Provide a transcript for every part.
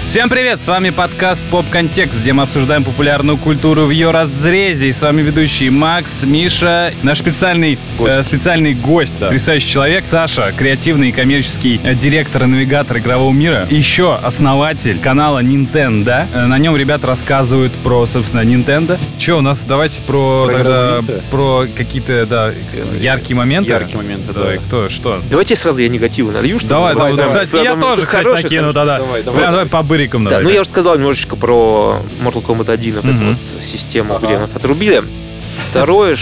Всем привет, с вами подкаст «Поп-контекст», где мы обсуждаем популярную культуру в ее разрезе. И с вами ведущий Макс, Миша, наш специальный гость, потрясающий человек, Саша, креативный и коммерческий директор и навигатор игрового мира. И еще основатель канала Nintendo. На нем ребята рассказывают про, собственно, Nintendo. Че у нас, давайте про какие-то, яркие моменты. Яркие моменты, да. Кто, что? Давайте сразу я негативу налью, что Давай, кстати, я тоже, накину тогда. Давай по бырикам. Да, я уже сказал немножечко про Mortal Kombat 1, вот эту вот систему, где нас отрубили. Второе,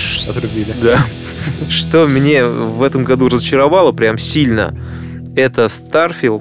что мне в этом году разочаровало прям сильно, это Starfield.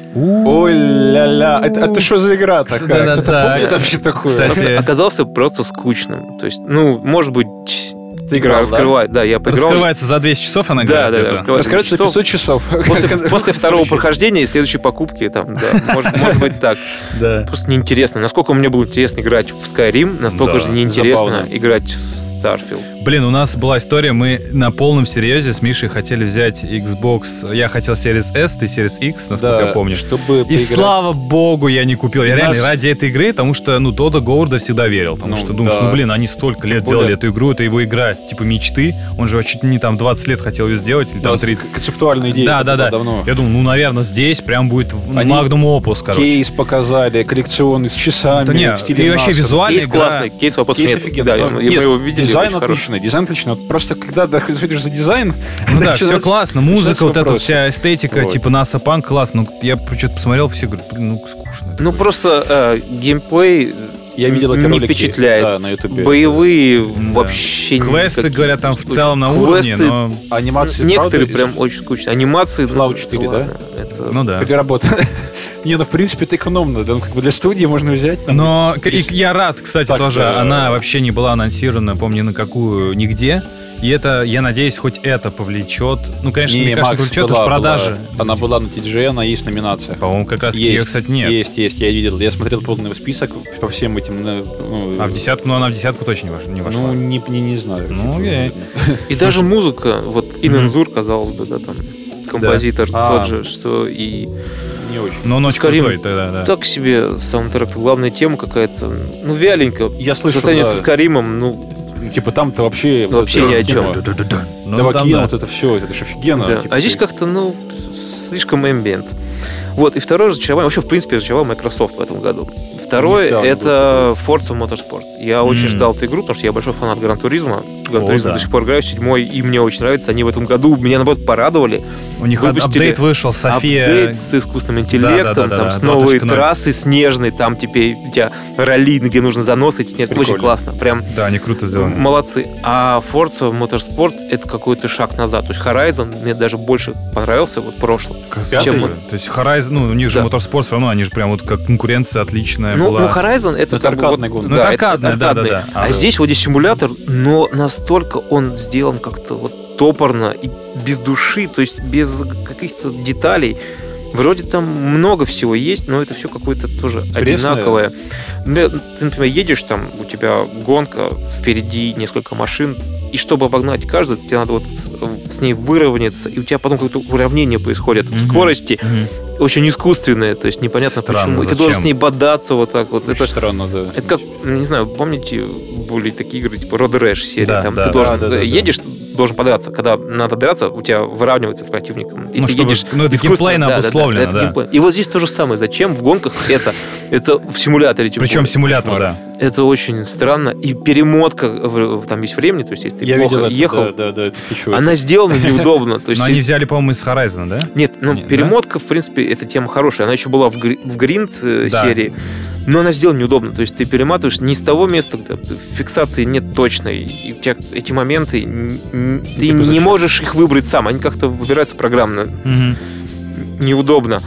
Ой-ля-ля, это что за игра такая? Кто-то помнит вообще такое? Оказался просто скучным. То есть, может быть... Игра раскрывает, да, я поиграл. Раскрывается за 200 часов она играет? Да, раскрывается за 500 часов. После второго прохождения и следующей покупки, может быть так. Просто неинтересно. Насколько мне было интересно играть в Skyrim, настолько же неинтересно играть в Starfield. Блин, у нас была история, мы на полном серьезе с Мишей хотели взять Xbox. Я хотел Series S, ты Series X, насколько я помню. И слава богу, я не купил. Я реально ради этой игры, потому что, Тодда Говарда всегда верил. Потому что думаешь, они столько лет делали эту игру, это его игра типа мечты. Он же чуть не 20 лет хотел ее сделать, или там 30. Концептуальная идея. Да. Давно. Я думаю, наверное, здесь прям будет Magnum Opus, короче. Кейс показали, коллекционный, с часами, в стиле и вообще визуальный кейс классный, кейс вопрос нет. Офигенный. Да, мы его видели. Дизайн отличный. Вот просто когда доходишь за дизайн... все классно. Музыка, вот эта вся эстетика, типа NASA Punk, классно. Я что-то посмотрел, все говорят, скучно. Просто геймплей... Я видел эти не ролики, впечатляет. На ютубе. Боевые вообще... Квесты, говорят, там в целом на уровне, но... Анимации, некоторые прям очень скучные. Анимации... Fallout 4, да? Да. Переработано. В принципе, это экономно. Для студии можно взять. Но я рад, кстати, тоже. Она вообще не была анонсирована, помню, на какую, нигде. И это, я надеюсь, хоть это повлечет. Конечно, мне кажется, повлечет уж продажи. Она была на TGA, она есть номинация. По-моему, как раз ее, кстати, нет. Есть, я видел. Я смотрел полный список по всем этим... А в десятку, она в десятку точно не вошла. Не знаю. Окей. И даже музыка, Инензур, казалось бы, там, композитор тот же, что и... Не очень. Но он очень крутой тогда, да. Так себе саундтрек. Главная тема какая-то, вяленько. Я слышу, по сравнению со Скайримом, типа там-то вообще ни о чем. Давакин, вот это все, это же офигенно. Да. А здесь как-то, слишком эмбиент. И второе разочарование, вообще, в принципе, разочаровал Microsoft в этом году. Второе, это Forza Motorsport. Я очень ждал эту игру, потому что я большой фанат Гран-туризма. Гран-туризма до сих пор играю, 7-й, и мне очень нравится. Они в этом году меня, наоборот, порадовали. У них апдейт вышел, София. Апдейт с искусственным интеллектом, там с новой трассой снежной, там теперь у тебя ралли, где нужно заносить снег. Очень классно. Прям они круто сделаны. Молодцы. А Forza Motorsport — это какой-то шаг назад. То есть Horizon мне даже больше понравился прошлый. Чем то есть Horizon, у них же Motorsport все равно, они же прям как конкуренция отличная была. Horizon — это аркадная гонка. Это аркадная, да. А здесь здесь симулятор, но настолько он сделан как-то топорно и без души, то есть без каких-то деталей. Вроде там много всего есть, но это все какое-то тоже одинаковое. Ты, например, едешь, там у тебя гонка, впереди несколько машин, и чтобы обогнать каждую, тебе надо с ней выровняться, и у тебя потом какое-то уравнение происходит в скорости, очень искусственное, то есть непонятно почему. И ты должен с ней бодаться вот так вот. Это странно, да. Это как, не знаю, помните, были такие игры, типа Road Rash серии, там ты должен, едешь, должен подраться. Когда надо драться, у тебя выравнивается с противником. И ты едешь... это геймплейно обусловлено, да. И вот здесь то же самое. Зачем в гонках это в симуляторе? Причем симулятор, да. Это очень странно. И перемотка, там есть времени, то есть если ты плохо ехал, она сделана неудобно. Но они взяли, по-моему, из Horizon, да? Нет, перемотка, в принципе, эта тема хорошая. Она еще была в Гринд серии, но она сделана неудобно. То есть ты перематываешь не с того места, где фиксации нет точной. И у тебя эти моменты, ты не можешь их выбрать сам. Они как-то выбираются программно. Неудобно.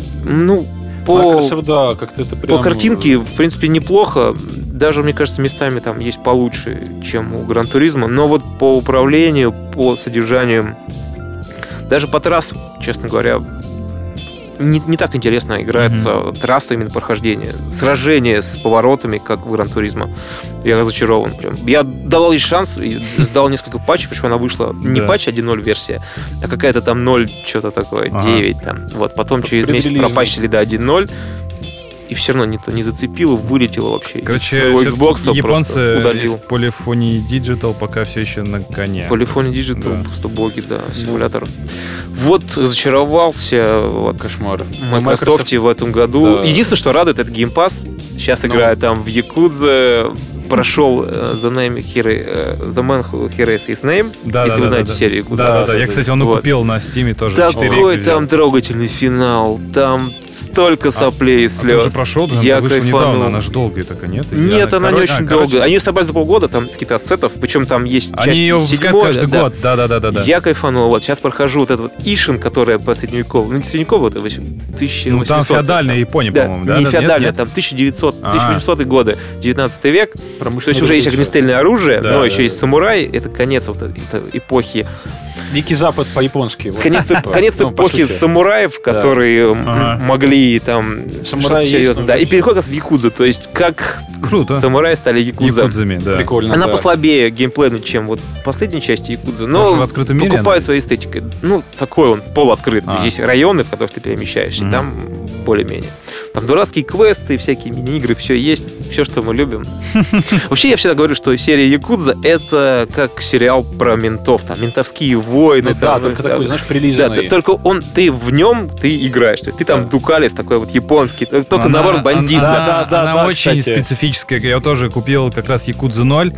По картинке, в принципе, неплохо. Даже, мне кажется, местами там есть получше, чем у Гран-туризма. Но по управлению, по содержанию, даже по трассам, честно говоря, не так интересно играется трасса именно прохождения. Сражение с поворотами, как в Гран-туризма. Я разочарован прям. Я давал ей шанс, и сдал несколько патчей, потому что она вышла не патч 1.0 версия, а какая-то там 0, что-то такое, 9 там. Потом через месяц пропатчили до 1.0. и все равно не зацепило, вылетело вообще Короче, из своего Xbox, японцы просто удалил. из Polyphony Digital пока все еще на коне. Polyphony Digital, Да. просто боги, да, симулятор. Вот разочаровался вот, Кошмар. в Microsoft в этом году. Да. Единственное, что радует, это Game Pass. Сейчас играю там в Якудзе, прошел The Man Who Erased His Name, если вы знаете серию Якудзе. Да. Я, кстати, он Вот. купил на Steam тоже. Такой там трогательный финал, там столько соплей и Ты слез. уже прошел? Я Она вышла недавно, кайфанул. она же долгая такая, нет? Нет, она не очень короче, долгая. Они собрали за полгода, там какие-то ассетов, причем там есть Они часть ее выпускают седьмой, каждый да. год. Да. Я кайфанул. Вот сейчас прохожу вот этот вот Ишин, которая по средневековому. Ну, не средневековый, это 1800. Ну, там феодальная Япония, Да, по-моему, да? не Да, феодальная, нет? там 1900, А. 1800 годы, 19 век. То есть уже есть огнестрельное оружие, Да, но да, еще есть самурай. Это конец вот этой эпохи. Дикий Запад по-японски. Вот. Конец Ну, по эпохи сути. самураев, которые Ага. могли там Самураи что-то есть, серьезно. но Да, и есть. переход как раз в Якудзу. То есть как Круто. самураи стали якудза. Якудзами, да. Прикольно, Она да. послабее геймплейно, чем вот последней части Якудзы, Тоже но в открытом мире покупает она? своей эстетикой. Ну, такой он полуоткрыт. А. Есть районы, в которых ты перемещаешься, Мгм. и там более-менее. Там дурацкие квесты, всякие мини-игры, все есть, все, что мы любим. Вообще, я всегда говорю, что серия Якудза — это как сериал про ментов, там, ментовские войны. Ну да, там, только там. такой, знаешь, Да, прилизанный. только ты в нем, ты играешь. То есть ты там Да. Дукалис такой вот японский, только Она- наоборот бандит. Она, да. да, она да, очень кстати. специфическая. Я тоже купил как раз Якудзу 0.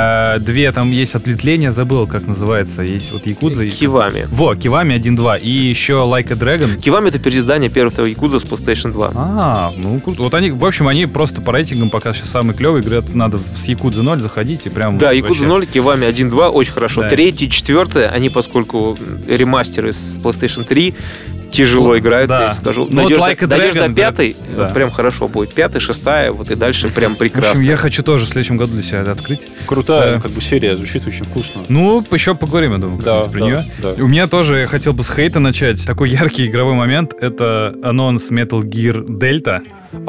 Две там есть ответвления, забыл, как называется. Есть вот Якудза. и- Кивами. Во, Кивами 1.2. И еще Like a Dragon. Кивами — это переиздание первого Якудза с PlayStation 2. Ну круто. Вот они, в общем, они просто по рейтингам пока сейчас самые клевые. Говорят, надо с Якудзы 0 заходить и прям... Да, Якудза вообще- 0, Кивами 1.2 очень хорошо. Да. 3, 4, они, поскольку ремастеры с PlayStation 3, тяжело играются, Да. я скажу. Ну, вот Дойдешь Like a дойдешь Dragon, до 5, да. прям хорошо будет. 5, 6, вот и дальше прям В прекрасно. общем, я хочу тоже в следующем году для себя это открыть. Крутая, Да. как бы серия, звучит очень вкусно. Ну, еще поговорим, я думаю, Да, как-нибудь про да, нее. да. У меня тоже, я хотел бы с хейта начать. Такой яркий игровой момент — это анонс Metal Gear Delta.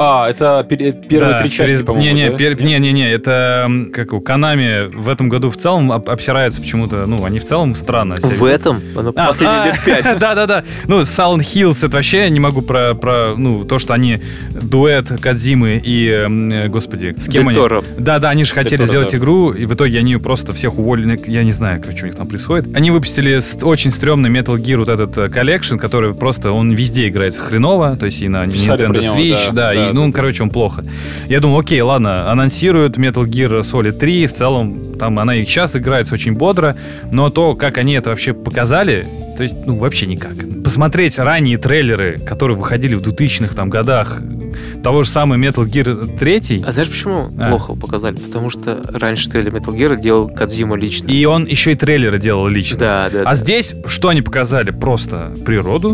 Это первые Да, 3 части, по-моему, да? Не, это как у Konami в этом году в целом обсираются почему-то, ну, они в целом странно себя В этом? Оно последние лет 5. Да. Ну, Silent Hills, это вообще я не могу про ну, то, что они дуэт Кодзимы и, господи, с кем Дель Торо. они? Да, они же хотели Торо, сделать да. игру, и в итоге они просто всех уволили, я не знаю, короче, у них там происходит. Они выпустили очень стрёмный Metal Gear вот этот коллекшн, который просто, он везде играется хреново, то есть и на Писали Nintendo про него, Switch, да, и, ну, короче, он плохо. Я думал, окей, ладно, анонсируют Metal Gear Solid 3, в целом, там она и сейчас играется очень бодро, но то, как они это вообще показали, то есть, ну, вообще никак. Посмотреть ранние трейлеры, которые выходили в 2000-х там годах, того же самого Metal Gear 3, А знаешь, почему плохо показали? Потому что раньше трейлер Metal Gear делал Кодзима лично. и он еще и трейлеры делал лично. Да. А здесь что они показали? Просто природу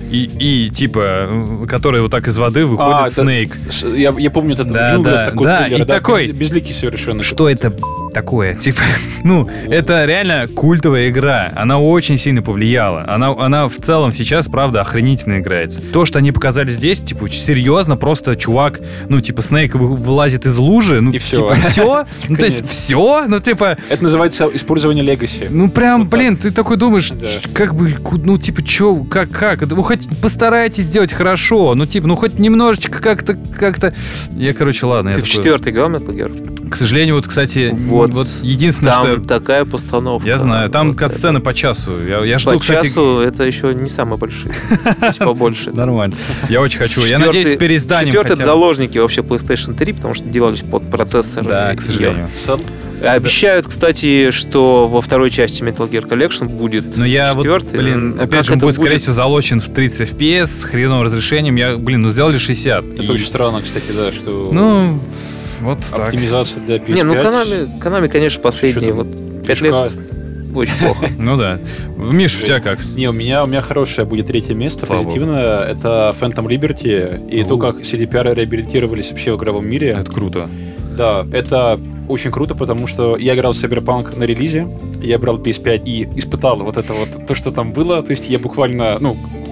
и типа, который вот так из воды выходит это- Снейк. Я помню этот Да, джунглях да, такой да, трейлер, и такой, безликий совершенно. Что это такое? Типа, ну, это реально культовая игра. Она очень сильно повлияла. Она в целом сейчас, правда, охренительно играется. То, что они показали здесь, типа, очень серьезно, просто чувак, ну, типа, Снейк вылазит из лужи, ну, И всё. типа, все? Ну, то есть, Конец. все? Ну, типа, Это называется использование легаси. ну, прям, Вот так. блин, ты такой думаешь, Да. как бы, ну, типа, чё, как? Вы хоть постарайтесь сделать хорошо, ну, типа, ну, хоть немножечко как-то... Я, короче, ладно. Ты я в такой, 4 играл Metal Gear? К сожалению, вот, кстати, Вот вот единственное, Там что... такая постановка. Я знаю, там Вот кат-сцены это. по часу. Я жду, По кстати... часу это еще не самые большие. Есть побольше. Нормально. Я очень хочу. Я надеюсь, с переизданием Четвертый — это хотя бы. заложники вообще PlayStation 3, потому что делались под процессор. Да, к сожалению. Обещают, кстати, что во второй части Metal Gear Collection будет Но я вот, четвертый. блин, Ну, опять как же, он это будет, скорее всего, залочен в 30 FPS с хреновым разрешением. Ну сделали 60. Это И, очень странно, кстати, да, что ну, вот так. оптимизация для PS5. Не, ну Konami, конечно, последние Что-то вот 5 лет очень плохо. Ну да. Миш, у тебя как? Не, у меня хорошее будет третье место, Слава позитивное. Это Phantom Liberty и то, как CDPR реабилитировались вообще в игровом мире. Это круто. Да, это очень круто, потому что я играл в Cyberpunk на релизе, я брал PS5 и испытал вот это вот, то, что там было. То есть я буквально,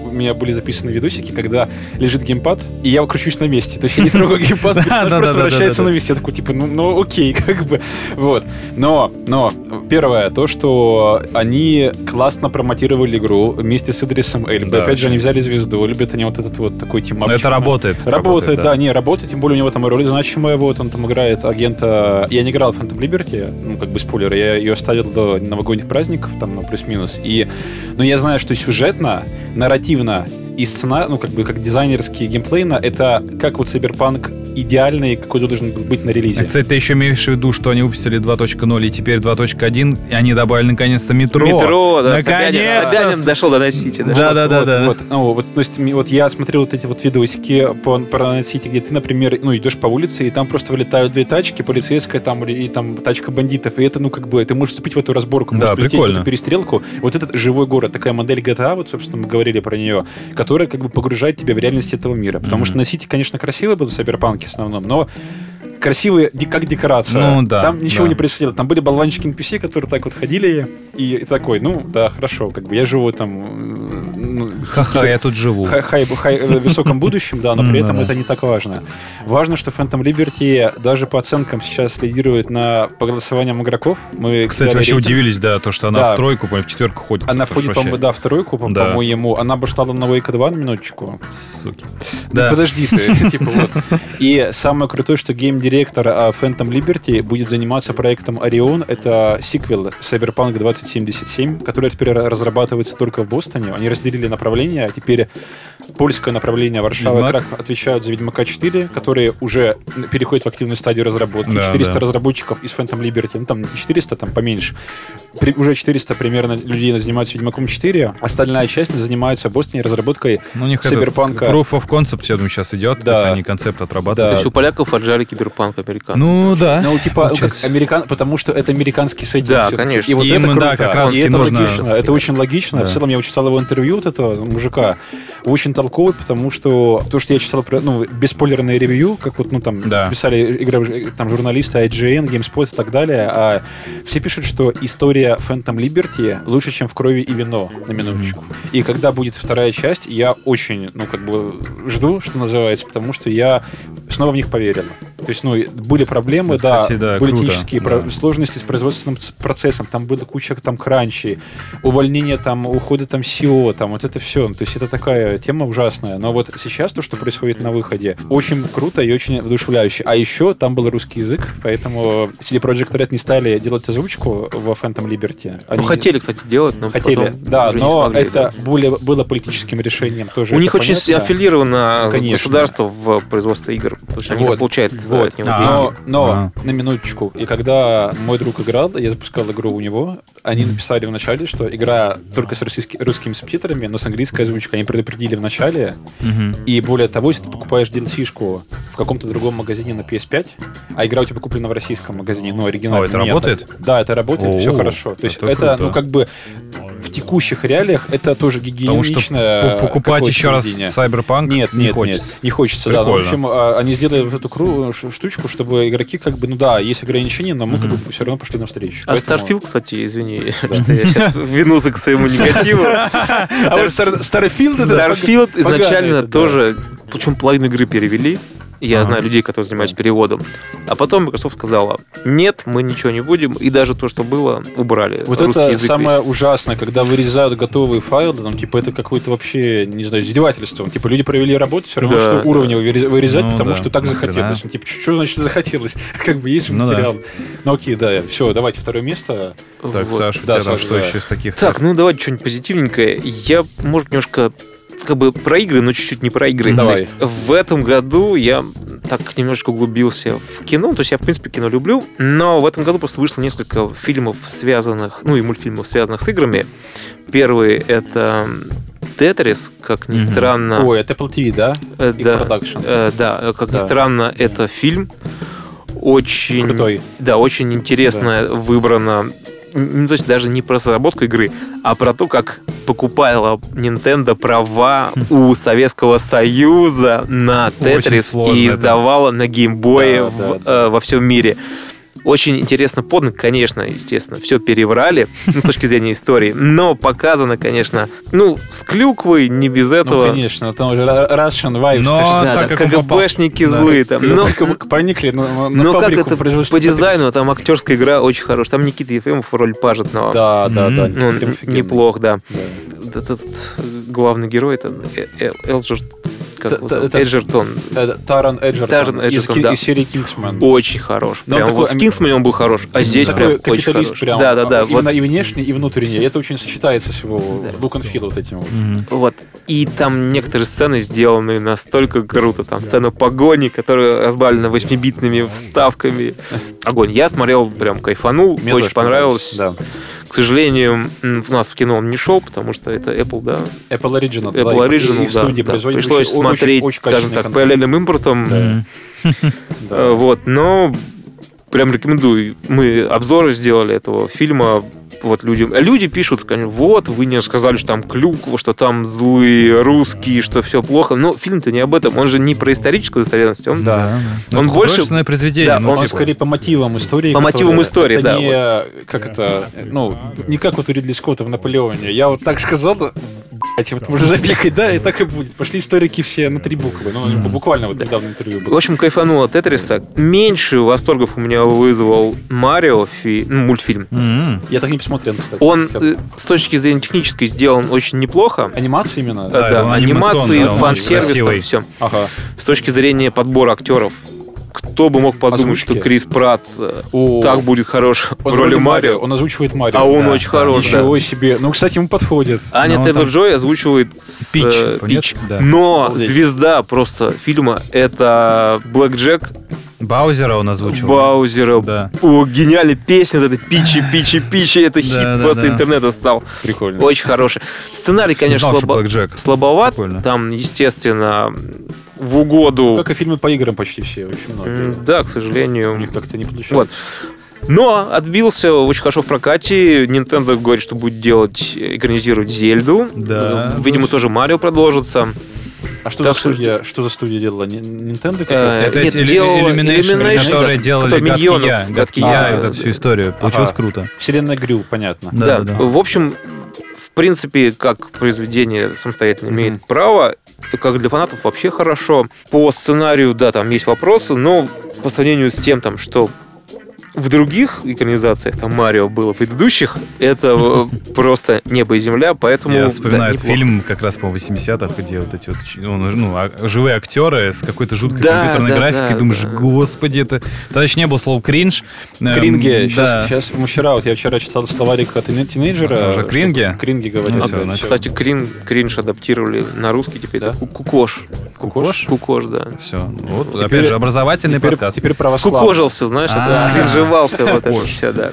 у меня были записаны видосики, когда лежит геймпад, и я кручусь на месте. То есть я не трогаю геймпад, просто вращается на месте. Я такой, типа, ну окей, как бы. Вот. Но первое, то, что они классно промотировали игру вместе с Идрисом Эльбой. Да, опять же, они взяли звезду, любят они вот этот вот такой тимап. Это работает. Работает, да, не, работает, тем более у него там роль значимая, вот, он там играет агента... Я не играл в Phantom Liberty, ну, как бы спойлер, я ее оставил до новогодних праздников, там, ну, плюс-минус, но я знаю, что сюжетно, нарративно и сцена, ну, как бы, как дизайнерский геймплейно, это как вот Cyberpunk идеальный, какой должен быть на релизе. Кстати, ты еще имеешь в виду, что они выпустили 2.0 и теперь 2.1, и они добавили наконец-то метро. Метро, да, наконец-то! Собянин дошел до Night City. Да. Вот, то есть, вот я смотрел вот эти вот видосики про Night City, где ты, например, ну, идешь по улице, и там просто вылетают две тачки, полицейская там, и там тачка бандитов, и это, ну, как бы, ты можешь вступить в эту разборку, можешь влететь в эту перестрелку. Вот этот живой город, такая модель GTA, вот, собственно, мы говорили про нее, которая, как бы, погружает тебя в реальность этого мира. Потому что Night City, конечно, красивый был в Cyberpunk в основном, но красивые как декорация. Ну, да, там ничего не происходило. Там были болванчики NPC, которые так вот ходили, и такой, ну, да, хорошо, как бы я живу там... Ха-ха, я тут живу. В высоком будущем, да, но при этом это не так важно. Важно, что Phantom Liberty даже по оценкам сейчас лидирует по голосованиям игроков. Мы, кстати, вообще удивились, да, то, что она в тройку, в четверку ходит. Она входит, по-моему, да, в тройку, по-моему. Она обошла на Wake 2 на минуточку. Суки. Да. Подожди ты, типа вот. И самое крутое, что гейм-директор Phantom Liberty будет заниматься проектом Orion. Это сиквел Cyberpunk 2077, который теперь разрабатывается только в Бостоне. Они разделили направления, а теперь польское направление Варшава и Краков отвечают за Ведьмака 4, которые уже переходят в активную стадию разработки. 400 разработчиков из Phantom Liberty, ну там 400, там поменьше. Уже 400 примерно людей занимаются Ведьмаком 4. Остальная часть занимается в Бостоне разработкой Cyberpunk. Proof of Concept, я думаю, сейчас идет, то есть они концепт отрабатывают. То есть у поляков отжали Киберпанк американцев. Ну да. Ну типа, потому что это американский сеттинг. Да, конечно. И вот это круто. Как раз и это логично. Это очень логично. В целом я читал его интервью вот этого мужика. Очень толковый, потому что то, что я читал, бесспойлерное ревью, как вот, ну, там, писали там, журналисты IGN, GameSpot и так далее, а все пишут, что история Phantom Liberty лучше, чем «В крови и вино», на минуточку. И когда будет вторая часть, я очень, ну, как бы, жду, что называется, потому что я снова в них поверил. То есть, ну, были проблемы, кстати, были технические сложности с производственным процессом, там была куча там кранчей, увольнение там, ухода там SEO, там, вот это все. То есть, это такая тема ужасная. Но вот сейчас то, что происходит на выходе, очень круто и очень вдохновляюще. А еще там был русский язык, поэтому CD Projekt Red не стали делать озвучку во Phantom Liberty. Они хотели, кстати, делать, но хотели, да, но смогли, это было политическим решением тоже. У них очень аффилировано государство в производство игр, потому что они получают от него деньги. Но на минуточку, и когда мой друг играл, я запускал игру у него, они написали в начале, что игра только с русскими субтитрами, но с английской озвучкой. Они предупредили в начале. И более того, если ты покупаешь DLC-шку в каком-то другом магазине на PS5, а игра у тебя куплена в российском магазине, но оригинально это работает? Да, это работает, все хорошо. То есть это, ну, как бы в текущих реалиях это тоже гигиеничное. Потому что покупать еще раз Cyberpunk не хочется. Не хочется, да. В общем, они сделали вот эту штучку, чтобы игроки, как бы, ну да, есть ограничения, но мы как бы все равно пошли навстречу. А Starfield, кстати, извини, что я сейчас вернулся к своему негативу. Starfield изначально тоже, причем половину игры перевели. Я знаю людей, которые занимаются переводом. А потом Microsoft сказала, нет, мы ничего не будем, и даже то, что было, убрали. Вот это самое ужасное, когда вырезают готовые файлы, там, типа, это какое-то вообще, не знаю, издевательство. Типа, люди провели работу, все равно, что уровни вырезать, потому что так захотелось. Типа, что значит захотелось? Как бы есть же материал. Ну окей, да, все, давайте второе место. Так, Саша, у тебя там что еще из таких? Так, ну давайте что-нибудь позитивненькое. Я, может, немножко как бы про игры, но чуть-чуть не про игры. Давай. В этом году я так немножко углубился в кино. То есть я, в принципе, кино люблю, но в этом году просто вышло несколько фильмов, связанных, ну и мультфильмов, связанных с играми. Первый — это Тетрис, как ни странно. Ой, это Apple TV, да? Продакшн. Да, как ни странно, это фильм. Очень крутой. Да, очень интересно выбрано. Ну, то есть даже не про разработку игры, а про то, как покупала Nintendo права у Советского Союза на Тетрис и издавала на геймбое во всем мире. Очень интересно подано, конечно, естественно, все переврали с точки зрения истории, но показано, конечно, с клюквой, не без этого. Ну, конечно, там уже Russian vibes. Да, КГБшники злые там. Проникли на но как фабрику это производства. по дизайну, там актерская игра очень хорошая. Там Никита Ефремов роль Пажетного. Да. Неплох, да. Этот главный герой, это Эджертон. Таран Эджертон из серии «Кингсман». Очень хорош. Прям вот в «Кингсмане» он был хорош, а здесь прям очень хорош. Да. Именно и внешне, и внутренне. И это очень сочетается с его look and feel вот этим. Вот. И там некоторые сцены сделаны настолько круто. Там сцена погони, которая разбавлена 8-битными вставками. Огонь. Я смотрел, прям кайфанул, очень понравилось. Да. К сожалению, у нас в кино он не шел, потому что это Apple, да. Apple Original. Apple Original, да. Пришлось смотреть, скажем так, параллельным импортом. Вот, но прям рекомендую. Мы обзоры сделали этого фильма. Вот люди пишут, конечно, вот, вы не сказали, что там клюква, что там злые русские, что все плохо. Но фильм-то не об этом. Он же не про историческую достоверность. Он больше... Художественное произведение. Да, он скорее по мотивам истории. По мотивам истории, это да. Не, как это, не как вот у Ридли Скотта в «Наполеоне». Я вот так сказал, вот можно запикать, да, и так и будет. Пошли историки все на 3 буквы. Буквально вот недавно интервью было. В общем, кайфанул от «Тетриса». Меньше восторгов у меня вызвал «Марио», мультфильм. Я так не посмотрел, кстати. Он с точки зрения технической сделан очень неплохо. Анимация именно? Да, анимации, фан-сервис, там все. Ага. С точки зрения подбора актеров. Кто бы мог подумать, что Крис Пратт так будет хорош в роли Марио. Он озвучивает Марио. А он очень хорош. Ничего себе. Кстати, ему подходит. Аня Тейлор-Джой озвучивает Пич. Да. Звезда просто фильма — это Блэк Джек. Баузера он озвучил. Баузера. Да. Гениальная песня, это Пичи. Это хит просто интернета стал. Прикольно. Очень хороший. Сценарий, конечно, слабоват. Прикольно. Там, естественно, в угоду... Как и фильмы по играм почти все. Очень много. Да, к сожалению. У них как-то не получилось. Вот. Но отбился очень хорошо в прокате. Nintendo говорит, что будет экранизировать Зельду. Да. Видимо, тоже Марио продолжится. А что за студия делала? Nintendo какая-то? Это Illumination, которые делали гадкий я и вот эту всю историю. Получилось круто. Вселенная Грю, понятно. Да. В общем, в принципе, как произведение самостоятельно имеет право, как для фанатов вообще хорошо. По сценарию, да, там есть вопросы, но по сравнению с тем, там, что в других экранизациях, там Марио было предыдущих, это просто небо и земля, поэтому... Я вспоминаю фильм как раз по 80-х, где вот эти вот живые актеры с какой-то жуткой компьютерной графикой, думаешь, господи, это... Тогда еще не было слова кринж. Кринги. Сейчас я вчера читал словарик от тинейджера. Уже кринги? Кринги говорят. Кстати, кринж адаптировали на русский теперь. Кукош. Кукош? Кукош, да. Все. Вот, опять же, образовательный подкаст. Теперь православный. Скукожился, знаешь, это скринжевался вот это все, да.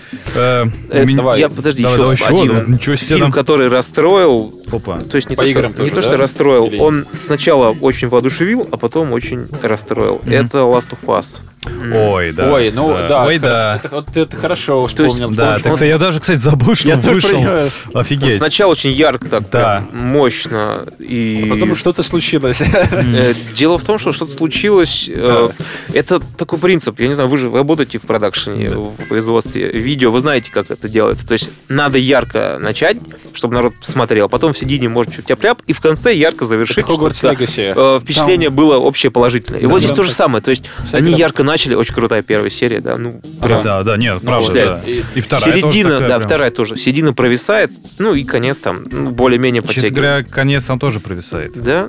Подожди, еще один фильм, который расстроил. То есть не то, что расстроил. Он сначала очень воодушевил, а потом очень расстроил. Это Last of Us. Ой, да. Ой, да. Это хорошо вспомнил. Да, я даже, кстати, забыл, что он вышел. Офигеть. Сначала очень ярко, так мощно. А потом что-то случилось. Дело в том, что что-то случилось. Это такой принцип. Я не знаю, вы работаете в продакшене, в производстве видео, вы знаете, как это делается. То есть надо ярко начать, чтобы народ посмотрел. Потом в середине может чуть тяп-ляп, и в конце ярко завершить, чтобы впечатление было общее положительное. И вот здесь то же самое. То есть они ярко начали, очень крутая первая серия, да. Да, нет, правда, да. И вторая середина, да, вторая тоже. Середина провисает, и конец там более-менее подтягивает. Честно говоря, конец там тоже провисает. Да?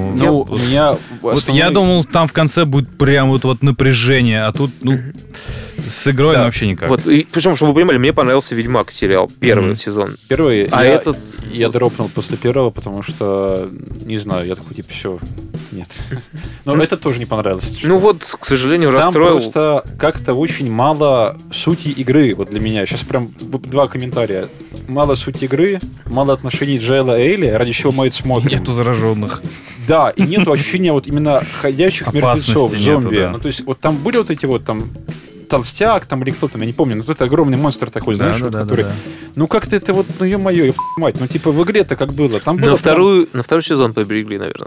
Я думал, там в конце будет прям вот напряжение, а тут, с игрой вообще никак. Вот, причем, чтобы вы понимали, мне понравился «Ведьмак» сериал, первый сезон. Первый, я дропнул после первого, потому что, не знаю, я такой, все, нет. Но это тоже не понравилось. К сожалению, там расстроил. Там просто как-то очень мало сути игры, вот для меня. Сейчас прям 2 комментария. Мало сути игры, мало отношений Джоэла и Элли, ради чего мы это смотрим. Нету зараженных. Да, и нету ощущения вот именно ходячих мертвецов, зомби. Да. То есть вот там были вот эти вот там толстяк там или кто там, я не помню, это огромный монстр такой, знаешь, который... как-то это ё-моё, мать, в игре-то как было. Там было на второй сезон поберегли, наверное.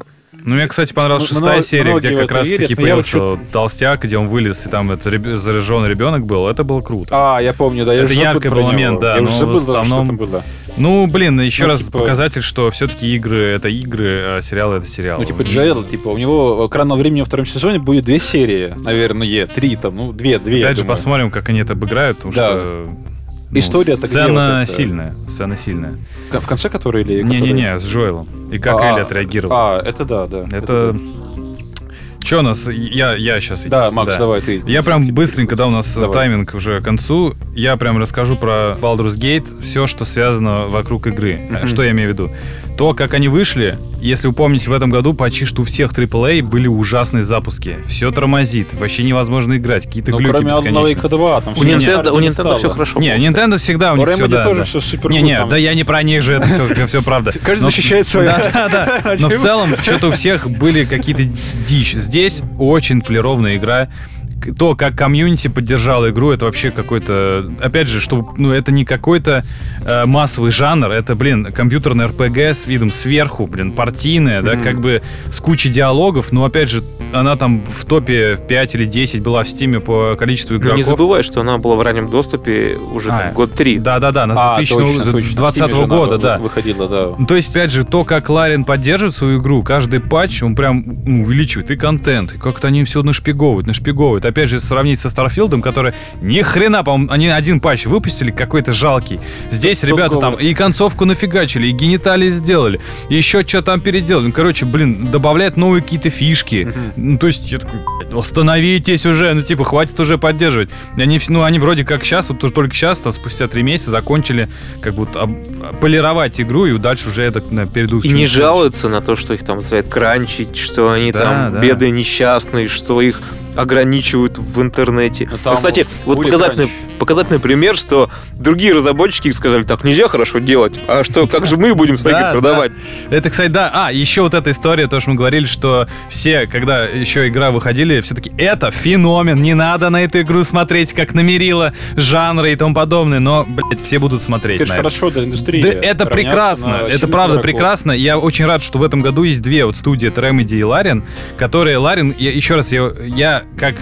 Ну, мне, кстати, понравилась шестая серия, где как раз-таки появился толстяк, где он вылез, и там зараженный ребенок был. Это было круто. Я помню, да. Это яркий был момент, да. Я уже забыл, что там было. Ну, блин, еще раз показатель, что все-таки игры — это игры, а сериалы — это сериалы. Ну, типа Джоэл, у него экранного времени во втором сезоне будет 2 серии, наверное, 3 там, 2. Опять же, посмотрим, как они это обыграют, потому что... История-то сцена сильная. Сцена сильная. В конце которой или... Не-не-не, с Джоэлом. И как Элли отреагировал. Это да. Это... Что у нас? Я сейчас... Да, Макс, давай ты. Я прям быстренько, у нас тайминг уже к концу. Я прям расскажу про Baldur's Gate, все, что связано вокруг игры. Что я имею в виду? То, как они вышли, если вы помните, в этом году почти что у всех AAA были ужасные запуски. Все тормозит, вообще невозможно играть, какие-то глюки бесконечные. Кроме Alan Wake 2, там у Nintendo все хорошо. Не, Nintendo всегда у них все, да. тоже все супер. Да я не про них же, это все правда. Каждый защищает свою. Да. Но в целом, что-то у всех были какие-то дичь. Здесь очень полированная игра. То, как комьюнити поддержало игру, это вообще какой-то... Опять же, что, это не какой-то массовый жанр, это, компьютерный РПГ с видом сверху, партийная, да, как бы с кучей диалогов, но, опять же, она там в топе 5 или 10 была в Стиме по количеству игроков. Не забывай, что она была в раннем доступе уже год 3. Да-да-да, на 2020 года, да. Выходила, да. То есть, опять же, то, как Ларин поддерживает свою игру, каждый патч, он прям увеличивает и контент, и как-то они все нашпиговывают. Опять же, сравнить со Старфилдом, который ни хрена, по-моему, они один патч выпустили, какой-то жалкий. Здесь ребята там и концовку нафигачили, и гениталии сделали, и еще что там переделали. Добавляют новые какие-то фишки. То есть, я такой, остановитесь уже, хватит уже поддерживать. Они вроде как сейчас, только сейчас, спустя 3 месяца закончили как будто полировать игру, и дальше уже это перейдут. И не жалуются на то, что их там заставляют кранчить, что они там бедные, несчастные, что их ограничивают в интернете. Кстати, вот показательный пример, что другие разработчики сказали, так нельзя хорошо делать, а что, как же мы будем свои игры продавать? Это, кстати, да. Еще вот эта история, то, что мы говорили, что все, когда еще игра выходили, все таки это феномен, не надо на эту игру смотреть, как на мерило жанра и тому подобное, но, все будут смотреть. Это хорошо для индустрии. Да, это прекрасно, это правда прекрасно. Я очень рад, что в этом году есть 2 студии, это Remedy и Larian, которые, еще раз, я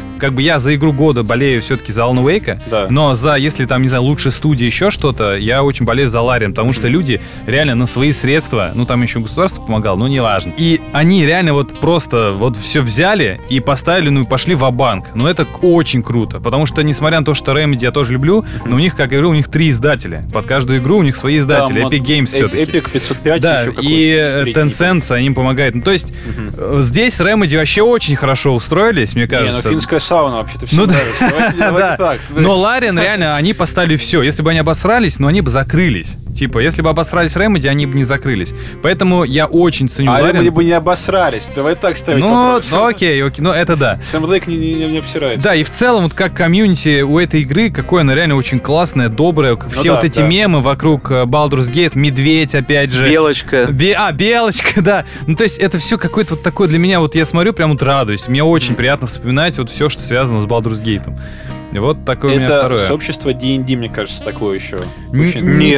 я за игру года болею все-таки за Alan Wake, но если там, не знаю, лучшая студия, еще что-то, я очень болею за Larian, потому что люди реально на свои средства, там еще государство помогало, но неважно. И они реально просто все взяли и поставили, пошли ва-банк. Это очень круто, потому что, несмотря на то, что Remedy я тоже люблю, но у них, как игру, у них 3 издателя. Под каждую игру у них свои издатели. Epic Games все-таки. Epic 505 да, и Tencent, они им помогают. То есть, здесь Remedy вообще очень хорошо устроились, мне кажется. Финская сауна вообще-то всем нравится. Давайте так. Но Larian реально, они поставили все. Если бы они обосрались, они бы закрылись. Если бы обосрались Remedy, они бы не закрылись. Поэтому я очень ценю Larian. Remedy бы не обосрались. Давай так ставить вопрос. Окей, это да. Сэм Лейк не обсирается. Да, и в целом, как комьюнити у этой игры, какое она реально очень классное, доброе. Все эти мемы вокруг Baldur's Gate, медведь, опять же. Белочка. Белочка, да. То есть это все какое-то такое для меня, я смотрю, прям радуюсь. Мне очень приятно вспоминать все, что связано с Baldur's Gate. Вот такое у меня второе. Это сообщество D&D, мне кажется, такое еще. Нет,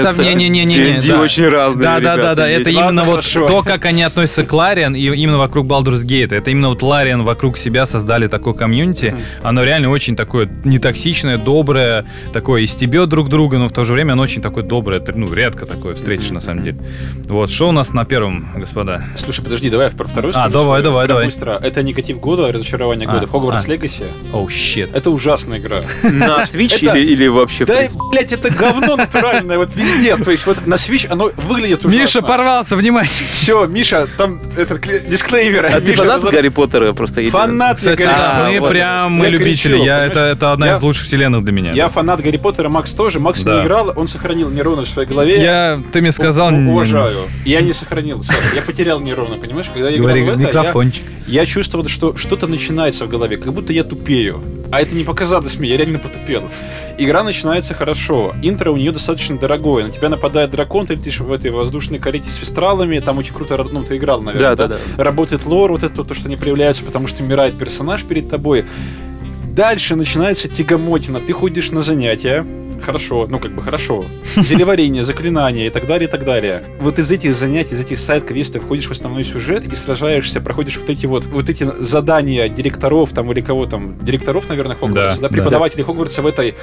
D&D очень разные. Да. Это именно то, как они относятся к Larian, и именно вокруг Baldur's Gate. Это именно Larian вокруг себя создали такое комьюнити. Оно реально очень такое нетоксичное, доброе, такое и стебет друг друга, но в то же время оно очень такое доброе. Редко такое встретишь, на самом деле. Что у нас на первом, господа? Слушай, подожди, давай про второй скажу. Давай. Быстро. Это негатив года, разочарование года. Hogwarts Legacy. Щит. Это ужасная игра. На Switch или вообще? Да, блядь, это говно натуральное везде. То есть на Switch оно выглядит ужасно. Миша порвался, внимание. Все, Миша, там этот дисклеймер. А ты фанат Гарри Поттера просто? Фанат я Гарри Поттера. Мы любители. Это одна из лучших вселенных для меня. Я фанат Гарри Поттера, Макс тоже. Макс не играл, он сохранил нейроны в своей голове. Ты мне сказал... Уважаю. Я не сохранил, Саша. Я потерял нейроны, понимаешь? Когда я играл в это, я чувствовал, что что-то начинается в голове, как будто я тупею. А это не показалось мне, я реально потупел. Игра начинается хорошо. Интро у нее достаточно дорогое. На тебя нападает дракон, ты летишь в этой воздушной карете с фестралами. Там очень круто, ты играл, наверное, да? Работает лор, это то, что не проявляется, потому что умирает персонаж перед тобой. Дальше начинается тягомотина. Ты ходишь на занятия, хорошо, хорошо. Зелеварение, заклинания и так далее, и так далее. Вот из этих занятий, из этих сайд-квестов входишь в основной сюжет и сражаешься, проходишь вот эти задания директоров там или кого там, директоров, наверное, Хогвартса, да, преподавателей Хогвартса в этой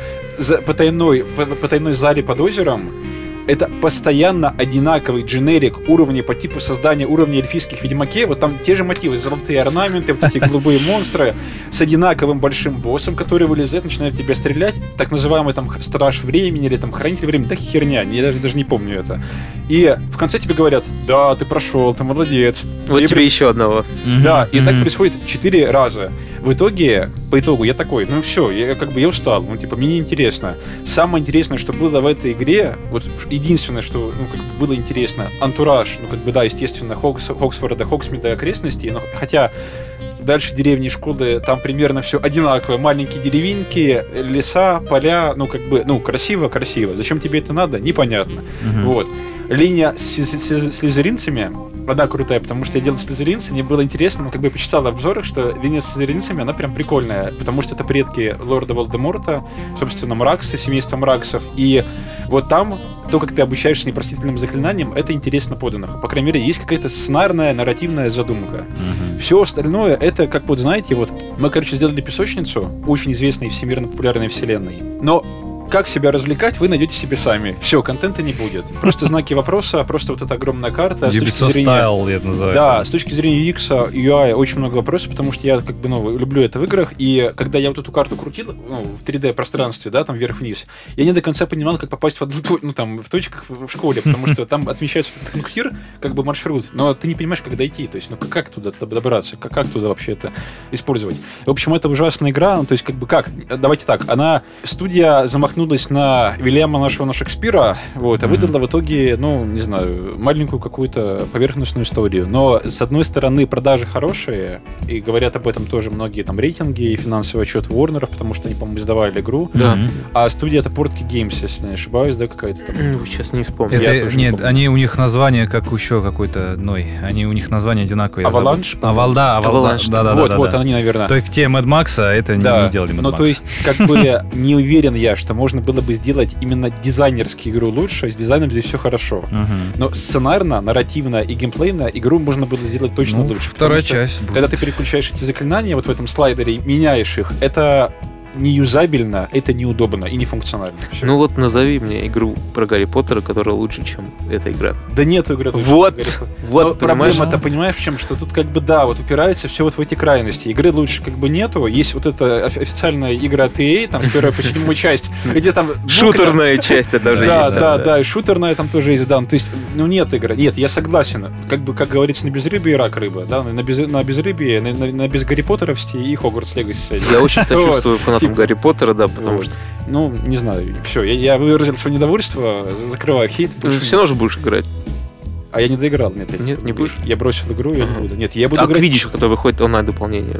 потайной зале под озером. Это постоянно одинаковый дженерик уровней по типу создания уровней эльфийских ведьмаке. Вот там те же мотивы, золотые орнаменты, вот эти голубые монстры с одинаковым большим боссом, который вылезает, начинает тебя стрелять. Так называемый там страж времени или там хранитель времени. Да херня, я даже не помню это. И в конце тебе говорят: да, ты прошел, ты молодец. Вот тебе еще одного. Да, и так происходит 4 раза. По итогу я такой, ну все, я устал, мне неинтересно. Самое интересное, что было в этой игре, вот единственное, что было интересно, антураж, естественно, Хоксфорда, Хоксмида и окрестностей, но хотя дальше деревни и школы, там примерно все одинаковое. Маленькие деревеньки, леса, поля, красиво. Зачем тебе это надо? Непонятно. Вот. Линия с слизеринцами, она крутая, потому что я делал слизеринцы, мне было интересно, я почитал в обзорах, что линия с слизеринцами, она прям прикольная, потому что это предки лорда Волдеморта, собственно, Мраксы, семейство Мраксов, и вот там то, как ты обучаешься непростительным заклинаниям, это интересно подано. По крайней мере, есть какая-то сценарная, нарративная задумка. Все остальное, это, мы, сделали песочницу, очень известной всемирно популярной вселенной, но как себя развлекать, вы найдете себе сами. Все, контента не будет. Просто знаки вопроса, просто вот эта огромная карта. Ubisoft Style, я это называю. Да, с точки зрения UX, UI очень много вопросов, потому что я люблю это в играх, и когда я вот эту карту крутил, в 3D-пространстве, да, там вверх-вниз, я не до конца понимал, как попасть в точках в школе, потому что там отмечается пунктир, маршрут, но ты не понимаешь, как дойти, то есть, как туда добраться, как туда вообще это использовать. В общем, это ужасная игра, давайте так, студия замахнулась на Вильяма нашего Шекспира, а выдала в итоге, маленькую какую-то поверхностную историю. Но, с одной стороны, продажи хорошие, и говорят об этом тоже многие рейтинги и финансовый отчет Warner, потому что они, по-моему, издавали игру. Да. А студия это Portkey Games, если не ошибаюсь, да, какая-то там. Сейчас не вспомню. Нет, они у них название как еще какой-то, они у них название одинаковые. Avalanche? Avalanche. Да. Вот они, наверное. То есть те Mad Max, это не делали Mad Max. То есть, не уверен я, что можно было бы сделать именно дизайнерски игру лучше, с дизайном здесь все хорошо. Но сценарно, нарративно и геймплейно игру можно было сделать точно лучше. Вторая часть. Когда ты переключаешь эти заклинания в этом слайдере, меняешь их, это не юзабельно, это неудобно и не функционально. Все. Назови мне игру про Гарри Поттера, которая лучше, чем эта игра. Да нету игры. Вот проблема-то, понимаешь, в чем? Что тут упирается все в эти крайности. Игры лучше нету. Есть эта официальная игра от EA, там с 1 по 7 часть, где там... Шутерная часть это даже есть. Да, и шутерная там тоже есть, да. То есть, нет игры. Нет, я согласен. Как говорится, на безрыбье рак рыба, да, на безрыбье, на без Гарри Поттеровсти и Хогвартс Легаси. Я очень сочувствую фанатам Гарри Поттера, да, потому что... не знаю, все, я выразил свое недовольство, закрываю хейт. Все равно же будешь играть. А я не доиграл, Нет, не будешь? Я бросил игру, я не буду. Нет, я буду играть... видишь, которое выходит онлайн-дополнение?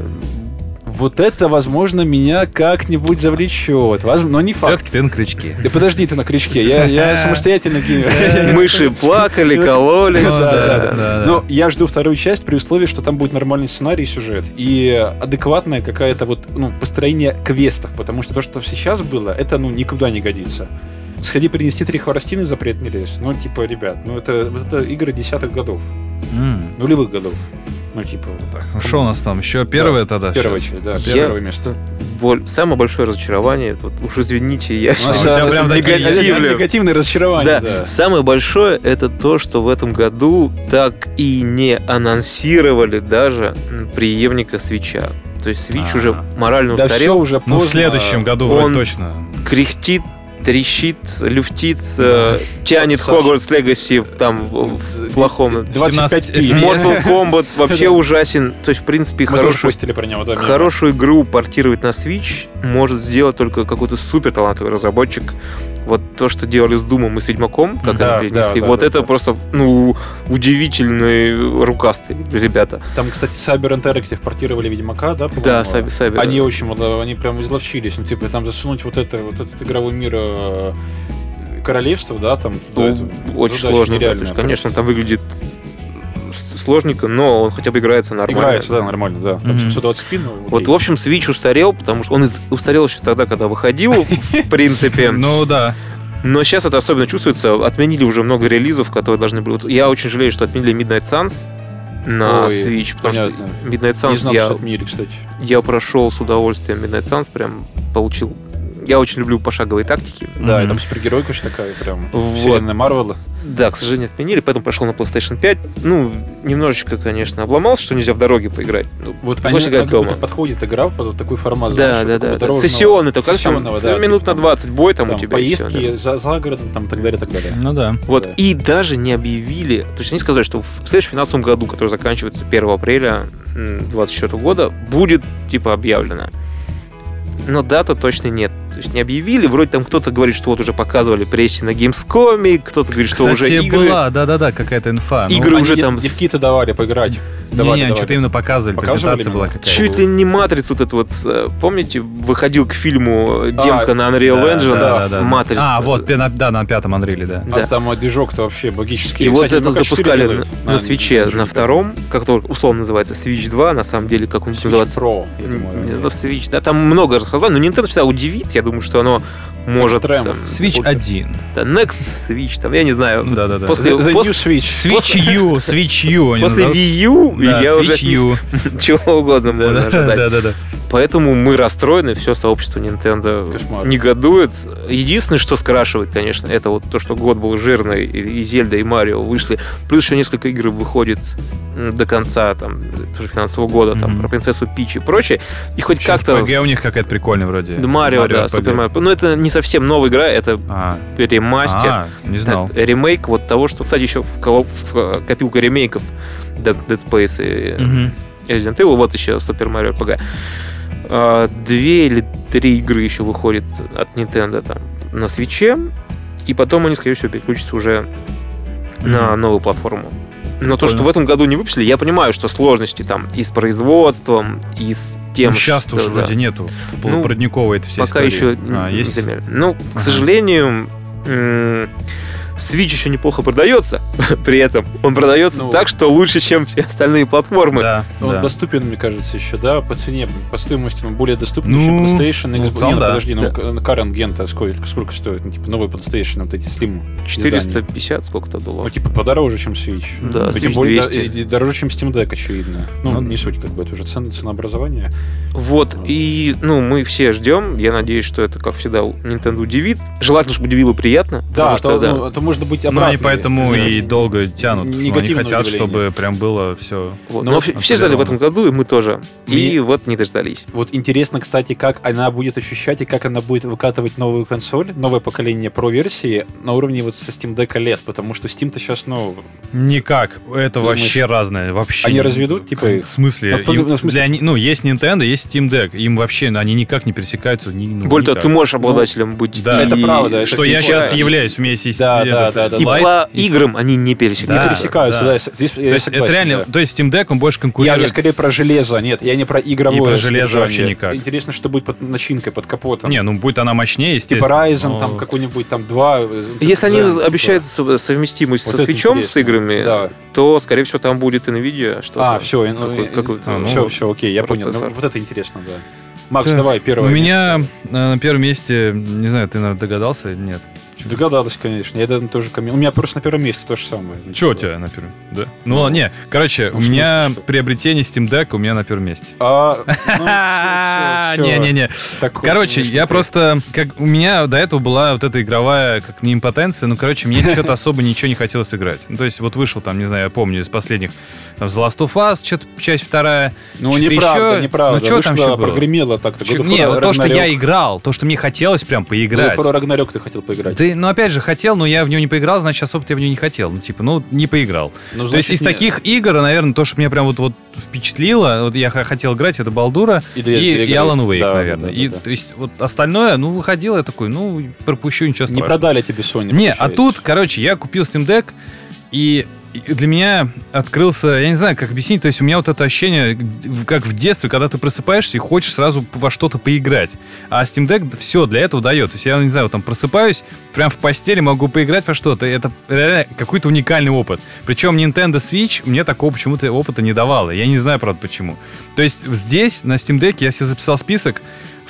Вот это, возможно, меня как-нибудь завлечет. Но не факт. Все-таки ты на крючке. Да подожди ты на крючке. Я самостоятельно геймер. Мыши плакали, кололись. Да. Но я жду вторую часть при условии, что там будет нормальный сценарий и сюжет. И адекватное какое-то построение квестов. Потому что то, что сейчас было, это никуда не годится. Сходи принести 3 хворостины в запретный лес. Ребят, это игры 10-х годов. Нулевых годов. Так. Что у нас там? Еще первое тогда? Первая часть, да. Первое место. Самое большое разочарование, уж извините, я сейчас прям негативное разочарование. Да. Самое большое это то, что в этом году так и не анонсировали даже преемника Свитча. То есть Switch уже морально устарел. Да все уже поздно. В следующем году он точно. Кряхтит, трещит, люфтит, тянет Хогвартс Легаси в плохом. 25 Mortal Kombat вообще ужасен. То есть, в принципе, хорошую игру портировать на Switch может сделать только какой-то супер талантливый разработчик. Вот то, что делали с Думом и с Ведьмаком, как они перенесли, это просто удивительные рукастые ребята. Там, кстати, Cyber Interactive портировали Ведьмака, да, по-моему? Да, Cyber. Они прям изловчились. Там засунуть этот игровой мир королевства, да, там... Очень сложно, да. То есть, конечно, там выглядит сложненько, но он хотя бы играется нормально. Играется, да, нормально, да. Там 720p, ну, окей. Вот, в общем, Switch устарел, потому что он устарел еще тогда, когда выходил, в принципе. Ну да. Но сейчас это особенно чувствуется. Отменили уже много релизов, которые должны были... Вот я очень жалею, что отменили Midnight Suns на Switch, потому что Midnight Suns не знал, что отменили, кстати. Я прошел с удовольствием Midnight Suns, прям получил... Я очень люблю пошаговые тактики. Да, и там супергеройка еще такая, прям Вот. вселенная Марвела. Да, к сожалению, отменили, поэтому прошел на PlayStation 5. Ну, немножечко, конечно, обломался, что нельзя в дороге поиграть. Ну, Вот пришлось играть дома. подходит игра под вот такой формат. Да, знаешь, да, да. дорожного- Сессионный, только сессионного, там, да, минут типа на 20 бой там у там тебя. и всё, поездки за городом, там, так далее, так далее. Ну да. Вот, Да. и даже не объявили, то есть они сказали, что в следующем финансовом году, который заканчивается 1 апреля 2024 года, будет, типа, объявлено. Но дата точно нет. То есть не объявили, вроде там кто-то говорит, что вот уже показывали прессе на Gamescom, кто-то говорит, что Кстати, уже игры... была, да-да-да, какая-то инфа. Ну, Игры Они уже там... девки-то давали поиграть. Не, что-то именно показывали, Показывали презентация была какая-то. Чуть ли не Матрицу вот это вот, помните, выходил к фильму демка на Unreal Да, Engine, да. Матрица. А, вот, на 5-м Unreal, да. Да. А там движок-то вообще богический. И вот Кстати, это ну, как запускали 4 делают. на свитче, на втором, который условно называется Switch 2, на самом деле, как он Switch называется. Pro, я думаю. Не знаю, Switch, да, там много рассказывали, но Nintendo всегда удивит, я думаю, что оно может... Extreme. там, Switch Вот. 1. да, Next Switch, там, я не знаю. Да-да-да. После, The New после, Switch. Switch U они после назовут. Wii U Да, я уже Switch U. чего угодно можно ожидать. Да-да-да. Поэтому мы расстроены, все сообщество Nintendo Кошмар. негодует. Единственное, что скрашивает, конечно, это вот то, что год был жирный, и Зельда, и Марио вышли. Плюс еще несколько игр выходит до конца там, тоже финансового года, там, про принцессу Пич и прочее. И хоть как-то... ПГ у них какая-то прикольная вроде. Да, Марио, да, RPG. Супер Марио. Но это не совсем новая игра, это ремастер. Не знал. Так, ремейк вот того, что, кстати, еще в копилку ремейков Dead Space и Мгм. Resident Evil, вот еще Super Mario RPG. 2 или 3 игры еще выходят от Nintendo там на Свитче, и потом они, скорее всего, переключатся уже на новую платформу. Но то, что в этом году не выпустили, я понимаю, что сложности там и с производством, и с тем, Сейчас что... уже да, вроде нету полупродниковой этой всей пока истории. еще Есть? не замерено. Ну, к Ага. сожалению, Switch еще неплохо продается, при этом он продается Ну. так, что лучше, чем все остальные платформы. Да, Он да. доступен, мне кажется, еще, да, по цене, по стоимости он более доступен, Ну, чем PlayStation, Xbox. там Не, ну да. подожди, Да. current gen-то сколько стоит? Ну, типа, новый PlayStation, вот эти Slim издания. 450 сколько-то Ну, долларов. типа, подороже, чем Switch. Да, Ну, тем Switch более, 200. и дороже, чем Steam Deck, очевидно. Ну, Ну, не суть, как бы, это уже ценообразование. Вот, и, мы все ждем. Я надеюсь, что это, как всегда, Nintendo удивит. Желательно, чтобы удивило приятно. Да, потому что, да. ну, это может быть Ну, обратно. они поэтому Да. и долго тянут. что Они Негативное хотят, удивление. чтобы прям было все. Вот. Но Но все ждали в этом году, и мы тоже. И вот не дождались. Вот интересно, кстати, как она будет ощущать и как она будет выкатывать новую консоль, новое поколение Pro-версии на уровне вот со Steam Deck OLED, потому что Steam-то сейчас, Никак. Это Думаешь, вообще разное. Вообще. они разведут, типа, их? В смысле? Ну, Им- в смысле- есть Nintendo, есть Steam Deck. Им вообще, они никак не пересекаются. Более того, ты можешь обладателем быть. Да. Это и- правда, это Что я Steam сейчас Deck. являюсь. У меня есть Да, этот, да, да, И Lite, по и- играм они не Не пересекаются. пересекаются, да. да. Здесь То я есть согласен, это реально, да. то есть Steam Deck, он больше Я конкурирует. скорее про железо, нет, я не про игровое И про железо содержание. вообще никак. Интересно, что будет под начинкой, под капотом. Не, ну будет она мощнее, Типа естественно. Ryzen, но- там какой-нибудь там 2. Если они Zen, обещают совместимость Вот со это свитчом, интересно. с играми, Да. то, скорее всего, там будет NVIDIA. Что-то. Все, какой-то, все, окей, я понял. процессор. Ну, вот это интересно, да. Макс, Так, давай, У первое. меня на первом месте, не знаю, ты, наверное, догадался или нет? Догадалась, конечно. Я даже тоже у меня просто на первом месте то же самое. Че у тебя на первом? Да? Ну, ладно, не. Короче, Ну, у в смысле, меня что? приобретение Steam Deck у меня на первом месте. Не-не-не. Короче, я просто... У меня до этого была вот эта игровая, как не импотенция, ну, короче, мне что-то особо ничего не хотелось играть. Ну, то есть вот вышел там, не знаю, я помню из последних, там, The Last of Us, что-то часть вторая. Ну, что-то неправда, еще. неправда. Ну, что там еще было? Прогремело так-то. God of War, Не, вот то, что я Ragnarok. играл, то, что мне хотелось прям поиграть. God of War Ragnarok ты хотел поиграть. Ты, ну, опять же, хотел, но я в него не поиграл, значит, особо-то я в него не хотел. Ну, типа, не поиграл. Ну, То есть из таких игр, наверное, то, что меня прям вот впечатлило, вот я хотел играть, это Балдура И и две игры. Alan Wake, Да, наверное. да, да, И да. то есть вот остальное, ну, выходило, я такой, ну, пропущу, ничего Не страшного. продали тебе Sony. Не, а получается. тут, короче, я купил Steam Deck, и и для меня открылся, я не знаю, как объяснить, то есть у меня вот это ощущение, как в детстве, когда ты просыпаешься и хочешь сразу во что-то поиграть. А Steam Deck все для этого дает. То есть я, не знаю, вот там просыпаюсь, прям в постели могу поиграть во что-то. Это реально какой-то уникальный опыт. Причем Nintendo Switch мне такого почему-то опыта не давала. Я не знаю, правда, почему. То есть здесь, на Steam Deck, я себе записал список,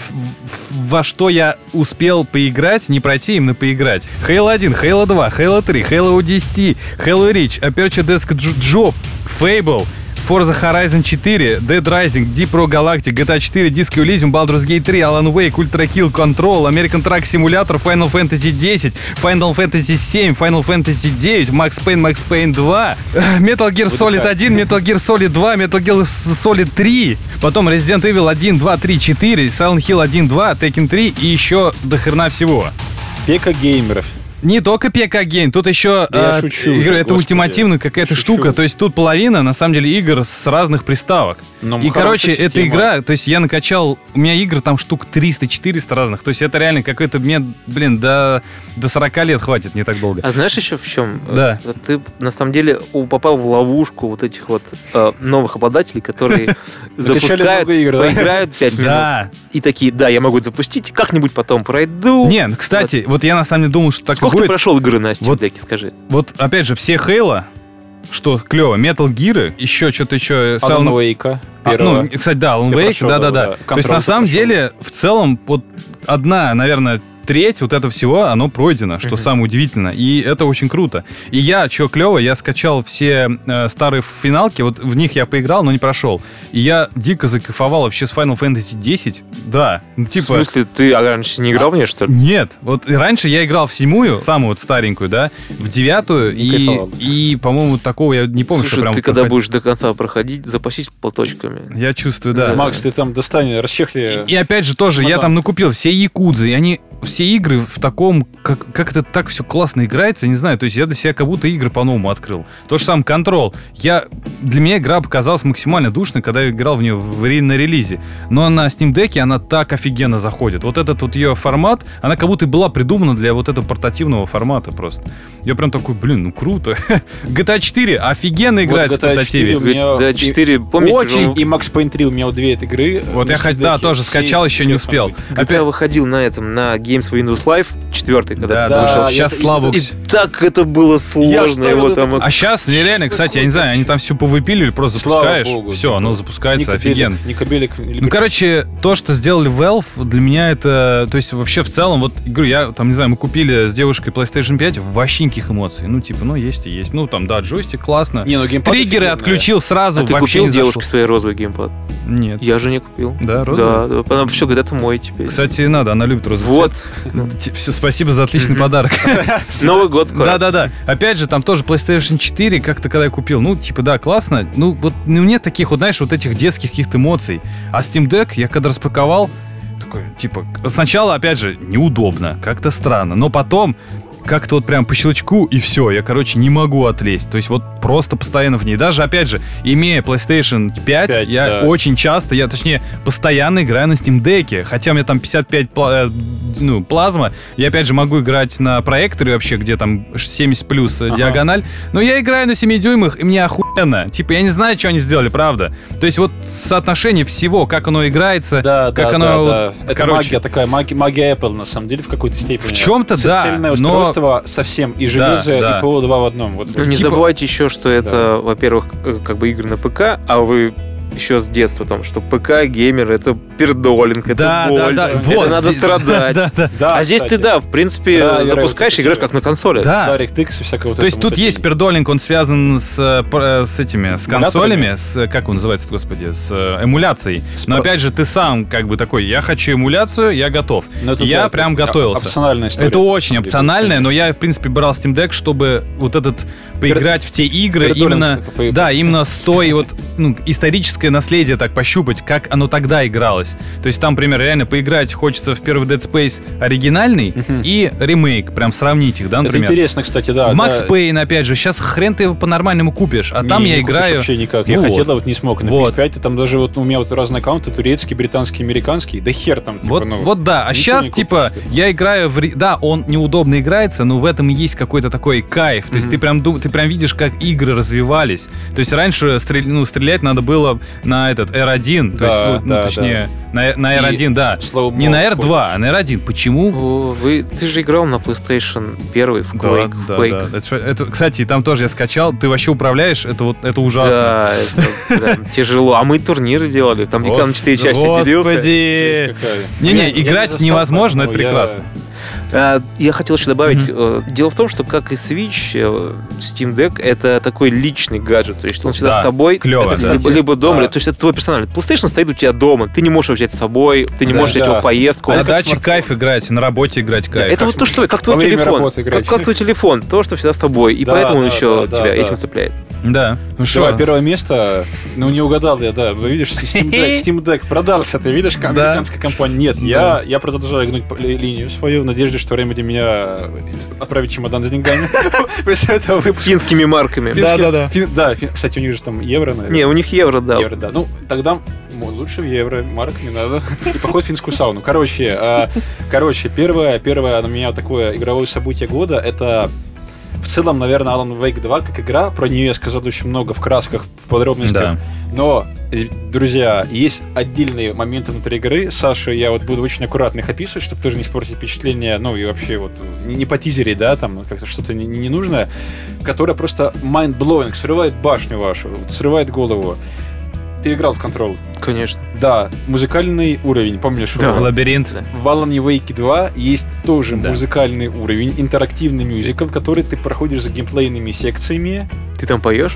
во что я успел поиграть, не пройти, именно поиграть. Halo 1, Halo 2, Halo 3, Halo ODST, Halo Reach, Aperture Desk Job, Fable, Forza Horizon 4, Dead Rising, Deep Rock Galactic, GTA 4, Disco Elysium, Baldur's Gate 3, Alan Wake, Ultra Kill Control, American Truck Simulator, Final Fantasy 10, Final Fantasy 7, Final Fantasy 9, Max Payne 2, Metal Gear Solid 1, Metal Gear Solid 2, Metal Gear Solid 3, потом Resident Evil 1, 2, 3, 4, Silent Hill 1, 2, Tekken 3 и еще до хрена всего. Пека геймеров. Не только PK-гейм, тут еще я шучу, это ультимативная какая-то штука. То есть тут половина, на самом деле, игр с разных приставок. И, короче, эта игра, то есть я накачал, у меня игр там штук 300-400 разных. То есть это реально какой-то, мне, до 40 лет хватит, не так долго. А знаешь еще в чем? Да. Ты, на самом деле, попал в ловушку вот этих вот новых обладателей, которые запускают, поиграют 5 минут. И такие, да, я могу это запустить, как-нибудь потом пройду. Нет, кстати, вот я на самом деле думал, что так Сколько ты прошел игры на Steam Deck, скажи? Вот, опять же, все Halo, что клево, Metal Gear, еще что-то еще... Alan Wake. Ну, кстати, да, Alan Wake, да. То есть, на самом деле, в целом, вот одна, наверное, треть вот этого всего, оно пройдено, что самое удивительное. И это очень круто. И я, что клево, я скачал все старые финалки, вот в них я поиграл, но не прошел. И я дико закайфовал вообще с Final Fantasy 10. Да, типа... В смысле, ты раньше не играл в нее, что ли? Нет. Вот раньше я играл в 7-ю, самую вот старенькую, да, в 9-ю, и, по-моему, такого я не помню, Слушай, что прям... ты когда будешь до конца проходить, запасись платочками. Я чувствую, да. Макс, ты там достань, расчехли... И опять же тоже, я там накупил все якудзы, и они... Все игры в таком, как это так все классно играется, я не знаю, то есть я для себя как будто игры по-новому открыл. То же самое Control. Для меня игра показалась максимально душной, когда я играл в нее на релизе. Но на Steam Deck она так офигенно заходит. Вот этот вот ее формат, она как будто была придумана для вот этого портативного формата просто. Я прям такой, ну круто. GTA 4 офигенно играет в портативе. GTA 4, помните? Очень. И Max Payne 3 у меня 2 игры. Вот я тоже скачал, еще не успел. GTA выходил на Games for Windows Live 4, когда вышел. Сейчас слава. И так это было сложно. А сейчас нереально, кстати, я не знаю, они там все повыпилили, просто запускаешь, все, оно запускается офигенно. Ну, короче, то, что сделали Valve, для меня это, то есть вообще в целом, вот, говорю, я там, не знаю, мы купили с девушкой PlayStation 5, вообще никаких эмоций. Ну, типа, есть и есть. Ну, там, да, джойстик классно. Триггеры отключил сразу, вообще не зашел. Ты купил девушке свой розовый геймпад? Нет. Я же не купил. Да, розовый? Да, она все говорит, это мой теперь. Кстати, надо, она любит розовый. Вот. Все, спасибо за отличный подарок. Новый год скоро. Да. Опять же, там тоже PlayStation 4, как-то когда я купил, ну, типа, да, классно. Ну, вот нет таких, вот, знаешь, вот этих детских каких-то эмоций. А Steam Deck я когда распаковал, такой, типа, сначала, опять же, неудобно, как-то странно, но потом как-то вот прям по щелчку, и все, я, короче, не могу отлезть. То есть вот просто постоянно в ней. Даже, опять же, имея PlayStation 5 я очень часто, точнее, постоянно играю на Steam Deck. Хотя у меня там 55 плазма, я, опять же, могу играть на проекторе вообще, где там 70 плюс диагональ, но я играю на 7 дюймах, и мне охуенно. Типа, я не знаю, что они сделали, правда. То есть вот соотношение всего, как оно играется, как оно... Да. Это магия такая, магия Apple, на самом деле, в какой-то степени. В чем-то, да. Цельное устройство совсем, и железо, и ПО 2 в одном. Вот. Не забывайте еще, что это, во-первых, как бы игры на ПК, а вы еще с детства, там, что ПК, геймер, это пердолинг, это боль, это надо страдать. А здесь ты, в принципе, запускаешь и играешь как на консоли. Да, DirectX и всякое вот это. То есть тут есть пердолинг, он связан с консолями, как он называется, господи, с эмуляцией. Но опять же, ты сам как бы такой, я хочу эмуляцию, я готов. Я прям готовился. Опциональная история. Это очень опциональная, но я, в принципе, брал Steam Deck, чтобы вот этот поиграть в те игры именно с той вот исторической четкое наследие так пощупать, как оно тогда игралось. То есть там, например, реально поиграть хочется в первый Dead Space оригинальный и ремейк, прям сравнить их, да, например. Это интересно, кстати, да. В Max Payne, опять же, сейчас хрен ты его по-нормальному купишь, а там я играю... вообще никак. Я хотел, а вот не смог. На PS5 там даже вот у меня вот разные аккаунты, турецкий, британский, американский, да хер там. Типа, вот да, а сейчас, типа, я играю в... Да, он неудобно играется, но в этом и есть какой-то такой кайф. То есть ты прям видишь, как игры развивались. То есть раньше стрелять надо было на этот R1, то есть, точнее, на R1, да. Не на R2, а на R1. Почему? Ты же играл на PlayStation 1 в Quake. Да. Это, кстати, там тоже я скачал. Ты вообще управляешь, это ужасно. Да, это тяжело. А мы турниры делали, там Викан на 4 части делился. Господи! Не, играть невозможно, это прекрасно. Я хотел еще добавить, дело в том, что как и Switch, Steam Deck — это такой личный гаджет, то есть он всегда с тобой, клево, либо дома, то есть это твой персональный. PlayStation стоит у тебя дома, ты не можешь его взять с собой, ты не можешь взять его в поездку. На даче кайф играть, на работе играть кайф. Это вот то, что как твой телефон, как твой телефон, то, что всегда с тобой, и поэтому он еще тебя этим цепляет. Да. Ну что, первое место, не угадал я, да. Вы видишь, Steam Deck продался, ты видишь, американская компания. Нет, я продолжаю гнуть линию свою в надежде, что время для меня отправить чемодан с деньгами. Финскими марками. Да, кстати, у них же там евро, наверное. Не, у них евро, да. Евро, да. Ну, тогда лучше в евро, марок не надо. И поход в финскую сауну. Короче, первое на меня такое игровое событие года, это... В целом, наверное, Alan Wake 2 как игра, про нее я сказал очень много в красках, в подробностях. Да. Но, друзья, есть отдельные моменты внутри игры. Саша, я вот буду очень аккуратно их описывать, чтобы тоже не испортить впечатление, ну и вообще вот не по тизере, да, там как-то что-то ненужное, которое просто mind-blowing, срывает башню вашу, срывает голову. Ты играл в Control? Конечно. Да, музыкальный уровень, помнишь? Да, Лабиринт. В Alan Wake 2 есть тоже музыкальный уровень, интерактивный мюзикл, который ты проходишь за геймплейными секциями. Ты там поешь?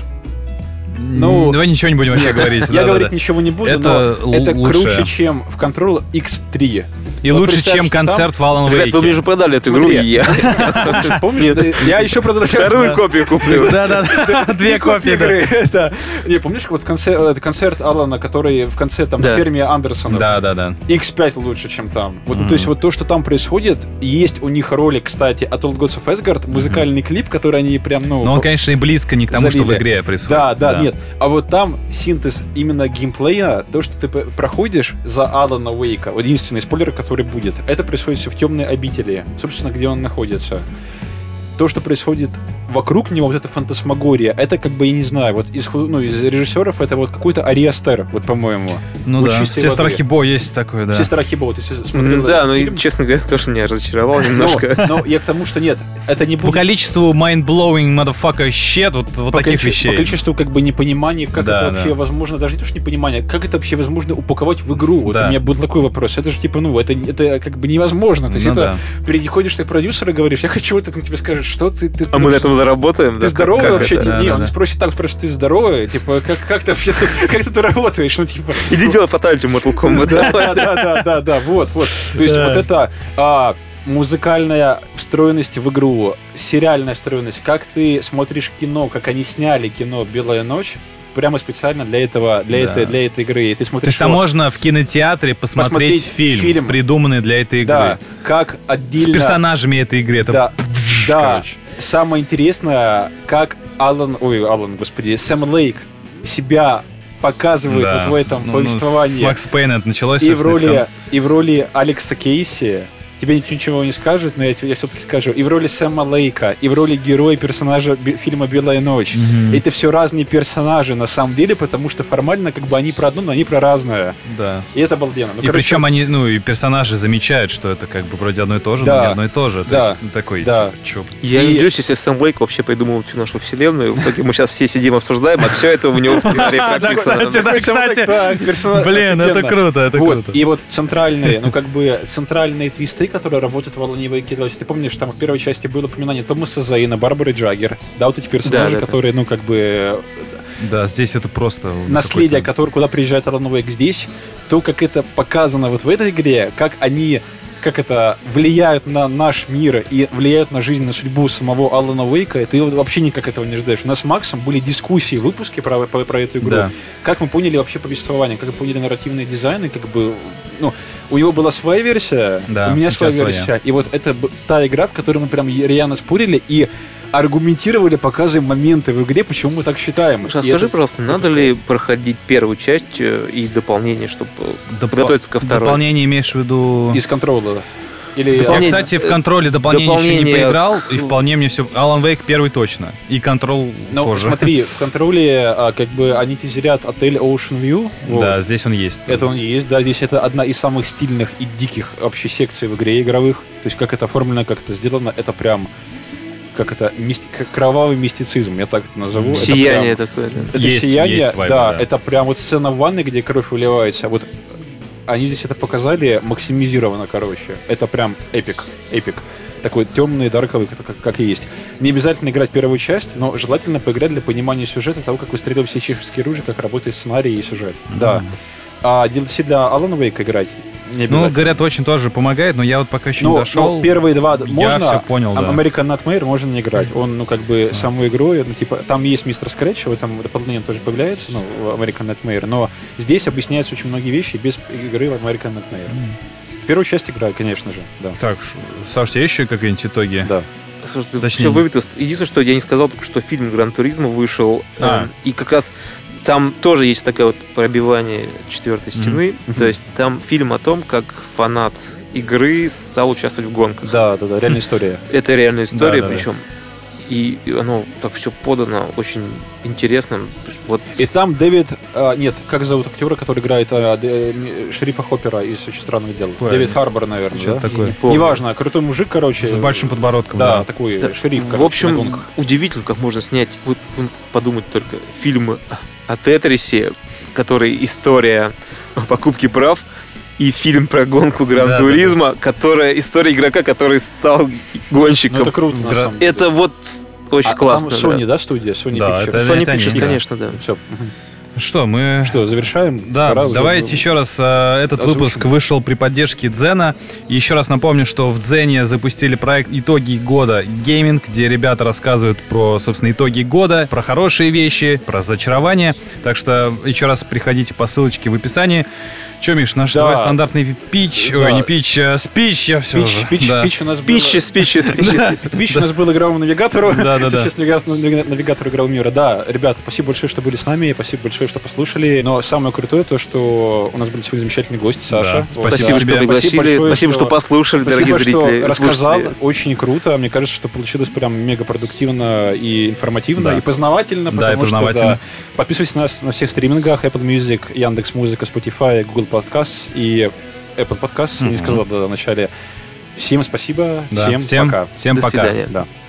Ну, давай ничего не будем вообще говорить. Я говорить ничего не буду, но это круче, чем в Control X3. И лучше, чем концерт в Alan Wake. Ребят, вы мне же продали эту игру, и я. Помнишь? Я еще продал вторую копию куплю. Да-да-да, 2 копии. Не, помнишь, вот концерт Алана, который в конце там на ферме Андерсона? Да-да-да. X5 лучше, чем там. То есть вот то, что там происходит, есть у них ролик, кстати, от Old Gods of Asgard, музыкальный клип, который они прям, Но он, конечно, и близко не к тому, что в игре происходит. Да, нет. А вот там синтез именно геймплея, то, что ты проходишь за Алана Уэйка, вот единственный спойлер, который будет, это происходит все в темной обители, собственно, где он находится. То, что происходит вокруг него, вот эта фантасмагория, это как бы, я не знаю, вот из режиссеров это вот какой-то Ари Астер, вот, по-моему. Ну вот да, все страхи Бо есть такое, да. Все страхи Бо, ты смотрел да, но, честно говоря, тоже меня разочаровал немножко. Но я к тому, что нет, это не будет... По количеству mind-blowing motherfucker shit, вот таких вещей. По количеству как бы непонимания, как это вообще возможно, даже не то, что непонимание, как это вообще возможно упаковать в игру. Вот у меня был такой вопрос. Это же типа, это как бы невозможно. То есть это переходишь ты к продюсеру и говоришь, я хочу вот это, он тебе скажет, что ты... А мы на этом заработаем, да? Ты здоровый вообще? Не, он не спросит так, спрашивает, ты здоровый? Типа, как ты вообще, как ты работаешь? Ну, типа... Иди делай фаталити Mortal Kombat. Да, вот. То есть вот это музыкальная встроенность в игру, сериальная встроенность, как ты смотришь кино, как они сняли кино «Белая ночь», прямо специально для этой игры. И ты смотришь, то есть можно в кинотеатре посмотреть фильм, придуманный для этой игры. Да, как отдельно... С персонажами этой игры. Да. Самое интересное, как Сэм Лейк себя показывает вот в этом повествовании. С Макс Пейна это началось. И в роли Алекса Кейси. Тебе ничего не скажет, но я все-таки скажу. И в роли Сэма Лейка, и в роли героя-персонажа фильма «Белая ночь». Это все разные персонажи на самом деле, потому что формально как бы они про одно, но они про разное. Да. И это обалденно. И причем они, и персонажи замечают, что это как бы вроде одно и то же, но не одно и то же. Да. То есть такой, Я не удивлюсь, если Сэм Лейк вообще придумал всю нашу вселенную. В итоге мы сейчас все сидим, обсуждаем, а все это у него в сценарии прописано. Кстати. Блин, это круто, это круто. И вот центральные твисты, которые работают в Alan Wake 2. Ты помнишь, там в первой части было упоминание Томаса Зейна, Барбары Джаггер, да, вот эти персонажи, которые, Да, здесь это просто... Наследие, куда приезжает Alan Wake здесь, то, как это показано вот в этой игре, как как это, влияют на наш мир и влияют на жизнь, на судьбу самого Алана Уэйка, и ты вообще никак этого не ждешь. У нас с Максом были дискуссии, выпуски про эту игру. Да. Как мы поняли вообще повествование, как мы поняли нарративные дизайны, как бы, ну, у него была своя версия, у меня своя версия. И вот это та игра, в которой мы прям реально спорили и аргументировали, показываем моменты в игре, почему мы так считаем. Скажи, пожалуйста, надо ли проходить первую часть и дополнение, чтобы подготовиться ко второй? Дополнение имеешь в виду... Из контрола. Или... Я, кстати, в контроле дополнение еще не поиграл, и вполне мне все... Alan Wake первый точно, и контрол тоже. Смотри, в контроле как бы они тизерят отель Ocean View. Вот. Да, здесь он есть. Это он есть, да, здесь это одна из самых стильных и диких вообще секций в игре игровых. То есть как это оформлено, как это сделано, это прям... как это, кровавый мистицизм, я так это назову. Сияние такое. Это есть, сияние, есть вайб, да, это прям вот сцена в ванной, где кровь выливается. Вот они здесь это показали максимизированно, короче. Это прям эпик. Такой темный, дарковый, как и есть. Не обязательно играть первую часть, но желательно поиграть для понимания сюжета, того, как выстреливают все чешские ружья, как работает сценарий и сюжет. Да. А DLC для Alan Wake играть ну, говорят, очень тоже помогает, но я вот пока еще не дошел. Ну, первые два можно, все понял, да. American Nightmare можно не играть. Он, ну, как бы, саму игру, ну, типа, там есть Мистер Скретч, в этом дополнение тоже появляется, ну, в American Nightmare, но здесь объясняются очень многие вещи без игры в American Nightmare. Первую часть играю, конечно же, да. Так, Саш, у тебя еще какие-нибудь итоги? Да. Слушай, все выведено. Единственное, что я не сказал, только что фильм «Гран Туризмо» вышел, и как раз там тоже есть такое вот пробивание четвертой стены. То есть там фильм о том, как фанат игры стал участвовать в гонках. Да, реальная история. Это реальная история, причем. И оно так все подано очень интересно. Вот. И там Дэвид... нет, как зовут актера, который играет шерифа Хоппера из «Очень странных дел»? Дэвид Харбор, наверное, да? Такое. Неважно, крутой мужик, короче. С большим подбородком. Да, такой шериф, короче. В общем, удивительно, как можно снять... Вот подумать только. Фильм о Тетрисе, который история покупки прав, и фильм про гонку Гран-туризмо, которая история игрока, который стал гонщиком. Ну, это круто, на самом деле. Это вот очень классно. Там Sony, да, студия? Sony Pictures. Sony Pictures, конечно, да. Все. Что, мы... Что, завершаем? Да, давайте еще раз. Этот выпуск вышел при поддержке Дзена. Еще раз напомню, что в Дзене запустили проект «Итоги года гейминг», где ребята рассказывают про, собственно, итоги года, про хорошие вещи, про разочарования. Так что еще раз приходите по ссылочке в описании. Че, Миш, наш твой стандартный пич, ой, не пич, спич, я все уже. Пич у нас был... Пич у нас был игровому навигатору. Сейчас навигатор игрового мира. Да, ребята, спасибо большое, что были с нами, спасибо большое, что послушали. Но самое крутое то, что у нас был сегодня замечательный гость, Саша. Спасибо, что пригласили, спасибо, что послушали, дорогие зрители. Рассказал, очень круто. Мне кажется, что получилось прям мега продуктивно и информативно, и познавательно. Да, и познавательно. Подписывайтесь на нас на всех стримингах: Apple Music, Яндекс.Музыка, Spotify, Google Podcast и Apple Podcast. Не сказал в начале. Всем спасибо, всем пока. Всем пока. До свидания. Да.